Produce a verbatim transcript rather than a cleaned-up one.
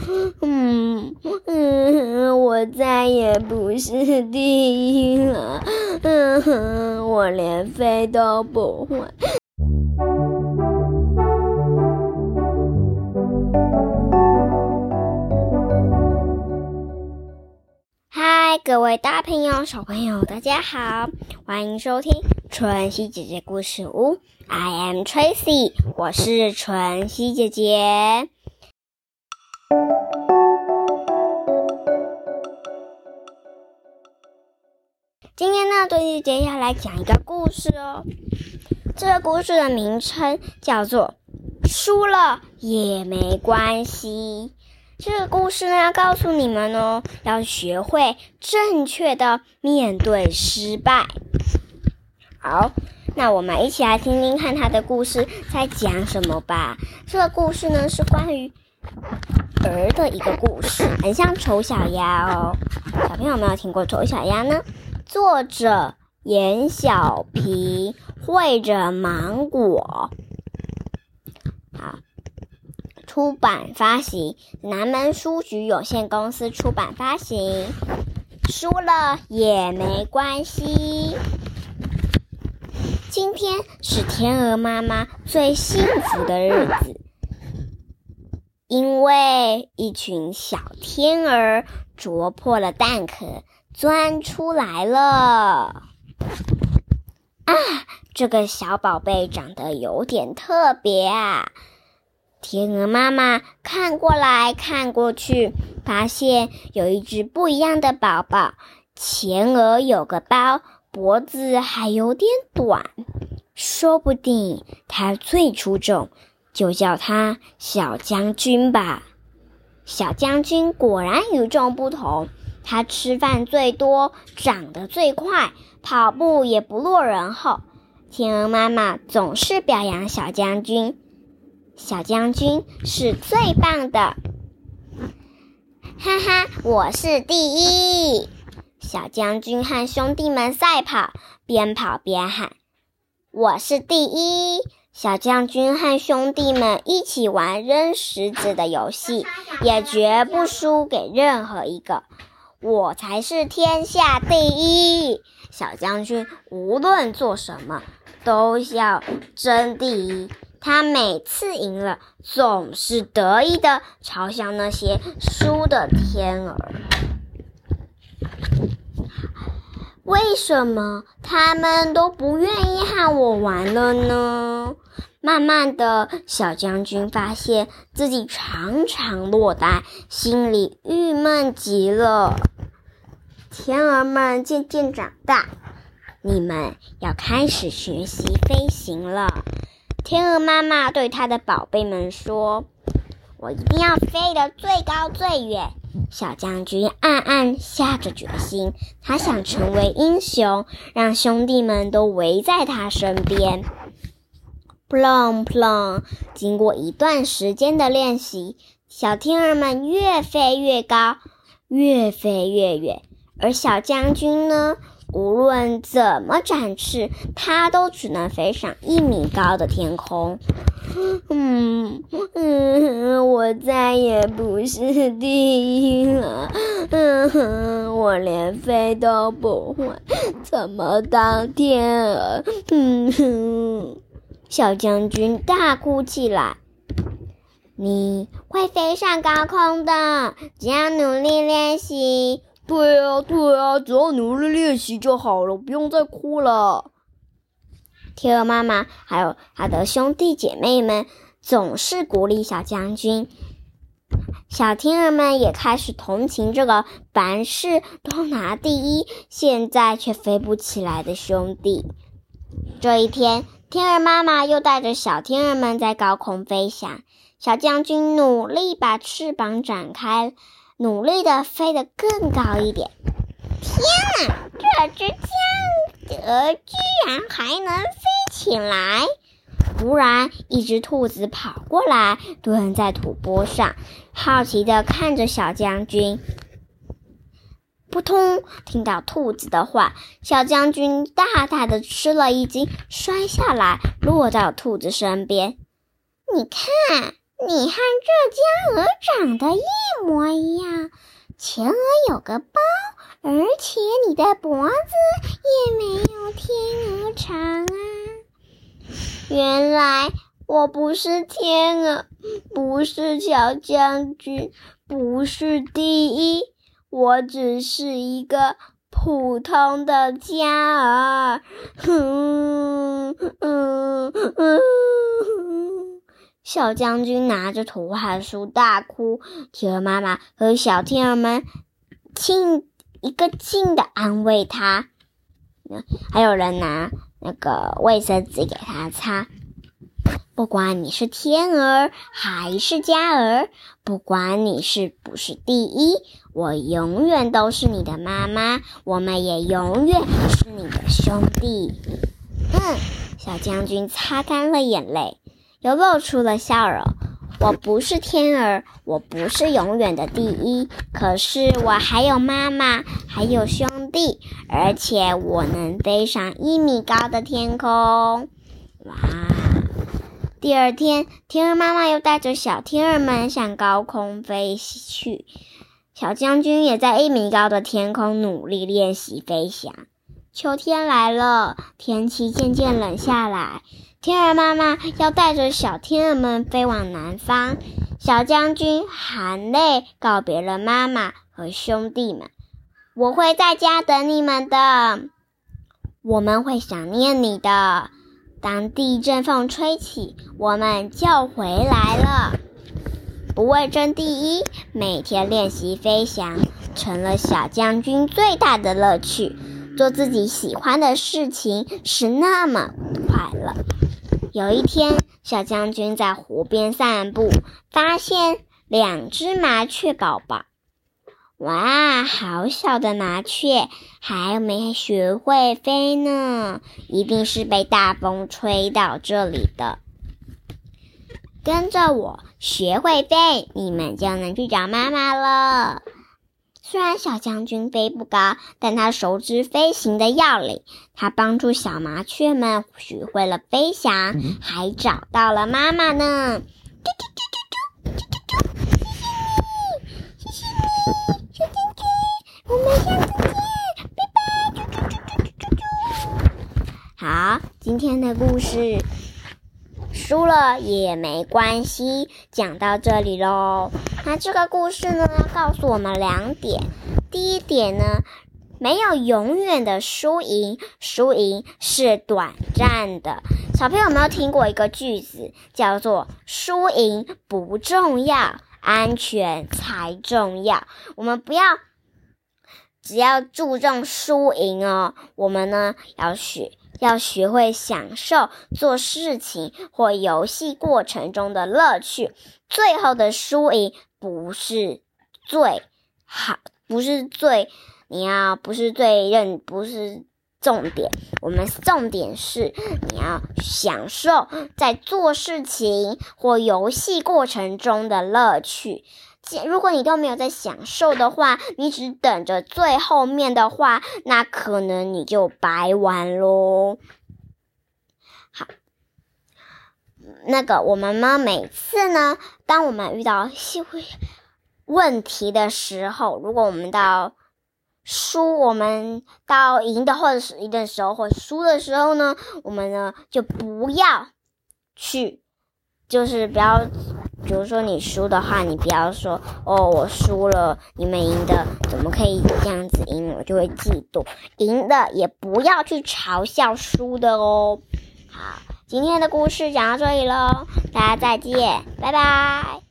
嗯嗯，我再也不是第一了。嗯，我连飞都不会。嗨，各位大朋友、小朋友，大家好，欢迎收听春熙姐姐故事屋。I am Tracy， 我是春熙姐姐。今天呢，春熙姐姐要来讲一个故事哦。这个故事的名称叫做《输了也没关系》。这个故事呢，要告诉你们哦，要学会正确的面对失败。好，那我们一起来听听看他的故事在讲什么吧。这个故事呢，是关于儿的一个故事，很像丑小鸭哦。小朋友有没有听过丑小鸭呢？作者严小皮，绘者芒果。好，出版发行南门书局有限公司出版发行。输了也没关系。今天是天鹅妈妈最幸福的日子，因为一群小天鹅啄破了蛋壳，钻出来了。啊，这个小宝贝长得有点特别啊。天鹅妈妈看过来看过去，发现有一只不一样的宝宝，前额有个包，脖子还有点短，说不定它最出众，就叫它小将军吧。小将军果然与众不同，他吃饭最多，长得最快，跑步也不落人后。天鹅妈妈总是表扬小将军，小将军是最棒的。哈哈，我是第一！小将军和兄弟们赛跑，边跑边喊：我是第一！小将军和兄弟们一起玩扔石子的游戏，也绝不输给任何一个。我才是天下第一！小将军无论做什么都要争第一，他每次赢了总是得意的嘲笑那些输的天鹅。为什么他们都不愿意和我玩了呢？慢慢的，小将军发现自己常常落单，心里郁闷极了。天鹅们渐渐长大，你们要开始学习飞行了。天鹅妈妈对她的宝贝们说：我一定要飞得最高最远。小将军暗暗下着决心，他想成为英雄，让兄弟们都围在他身边。plong plong， 经过一段时间的练习，小天鹅们越飞越高，越飞越远。而小将军呢，无论怎么展翅，他都只能飞上一米高的天空。嗯嗯，我再也不是第一了。嗯，我连飞都不会，怎么当天鹅？嗯哼，小将军大哭起来。你会飞上高空的，只要努力练习。对啊，对啊，只要努力练习就好了，不用再哭了。天鹅妈妈还有她的兄弟姐妹们总是鼓励小将军，小天鹅们也开始同情这个凡事都拿第一，现在却飞不起来的兄弟。这一天，天鹅妈妈又带着小天鹅们在高空飞翔，小将军努力把翅膀展开，努力的飞得更高一点。天哪，这只将鹅居然还能飞起来！突然，一只兔子跑过来，蹲在土坡上，好奇地看着小将军。扑通，听到兔子的话，小将军大大的吃了一惊，摔下来，落到兔子身边。你看， 你和这家鹅长得一模一样，前额有个包，而且你的脖子也没有天鹅长啊。原来我不是天鹅，不是小将军，不是第一，我只是一个普通的家儿。哼嗯嗯，小将军拿着图画书大哭，天鹅妈妈和小天鹅们亲一个劲的安慰他，还有人拿那个卫生纸给他擦。不管你是天鹅还是家儿，不管你是不是第一，我永远都是你的妈妈，我们也永远是你的兄弟。嗯，小将军擦干了眼泪，又露出了笑容。我不是天鹅，我不是永远的第一，可是我还有妈妈，还有兄弟，而且我能飞上一米高的天空。哇！第二天，天鹅妈妈又带着小天鹅们向高空飞去，小将军也在一米高的天空努力练习飞翔。秋天来了，天气渐渐冷下来，天鹅妈妈要带着小天鹅们飞往南方。小将军含泪告别了妈妈和兄弟们，我会在家等你们的，我们会想念你的。当地阵风吹起，我们就回来了。不为争第一，每天练习飞翔成了小将军最大的乐趣。做自己喜欢的事情是那么快乐。有一天，小将军在湖边散步，发现两只麻雀宝宝。哇，好小的麻雀，还没学会飞呢，一定是被大风吹到这里的。跟着我，学会飞，你们就能去找妈妈了。虽然小将军飞不高，但他熟知飞行的要领，他帮助小麻雀们学会了飞翔，还找到了妈妈呢。嘟嘟嘟嘟嘟嘟嘟嘟，谢谢你，谢谢你，小将军，我们下次见，拜拜，嘟嘟嘟嘟嘟嘟。好，今天的故事输了也没关系，讲到这里咯。那这个故事呢，告诉我们两点。第一点呢，没有永远的输赢，输赢是短暂的。小朋友有没有听过一个句子，叫做输赢不重要，安全才重要。我们不要只要注重输赢哦，我们呢要学要学会享受做事情或游戏过程中的乐趣。最后的输赢不是最好，不是最你要不是最认不是重点，我们重点是你要享受在做事情或游戏过程中的乐趣。如果你都没有在享受的话，你只等着最后面的话，那可能你就白玩咯。好，那个我们呢，每次呢，当我们遇到问题的时候，如果我们到输，我们到赢的或者是赢的时候，或输的时候呢，我们呢就不要去，就是不要。比如说你输的话，你不要说哦我输了，你们赢的怎么可以这样子赢，我就会嫉妒。赢的也不要去嘲笑输的哦。好，今天的故事讲到这里咯，大家再见，拜拜。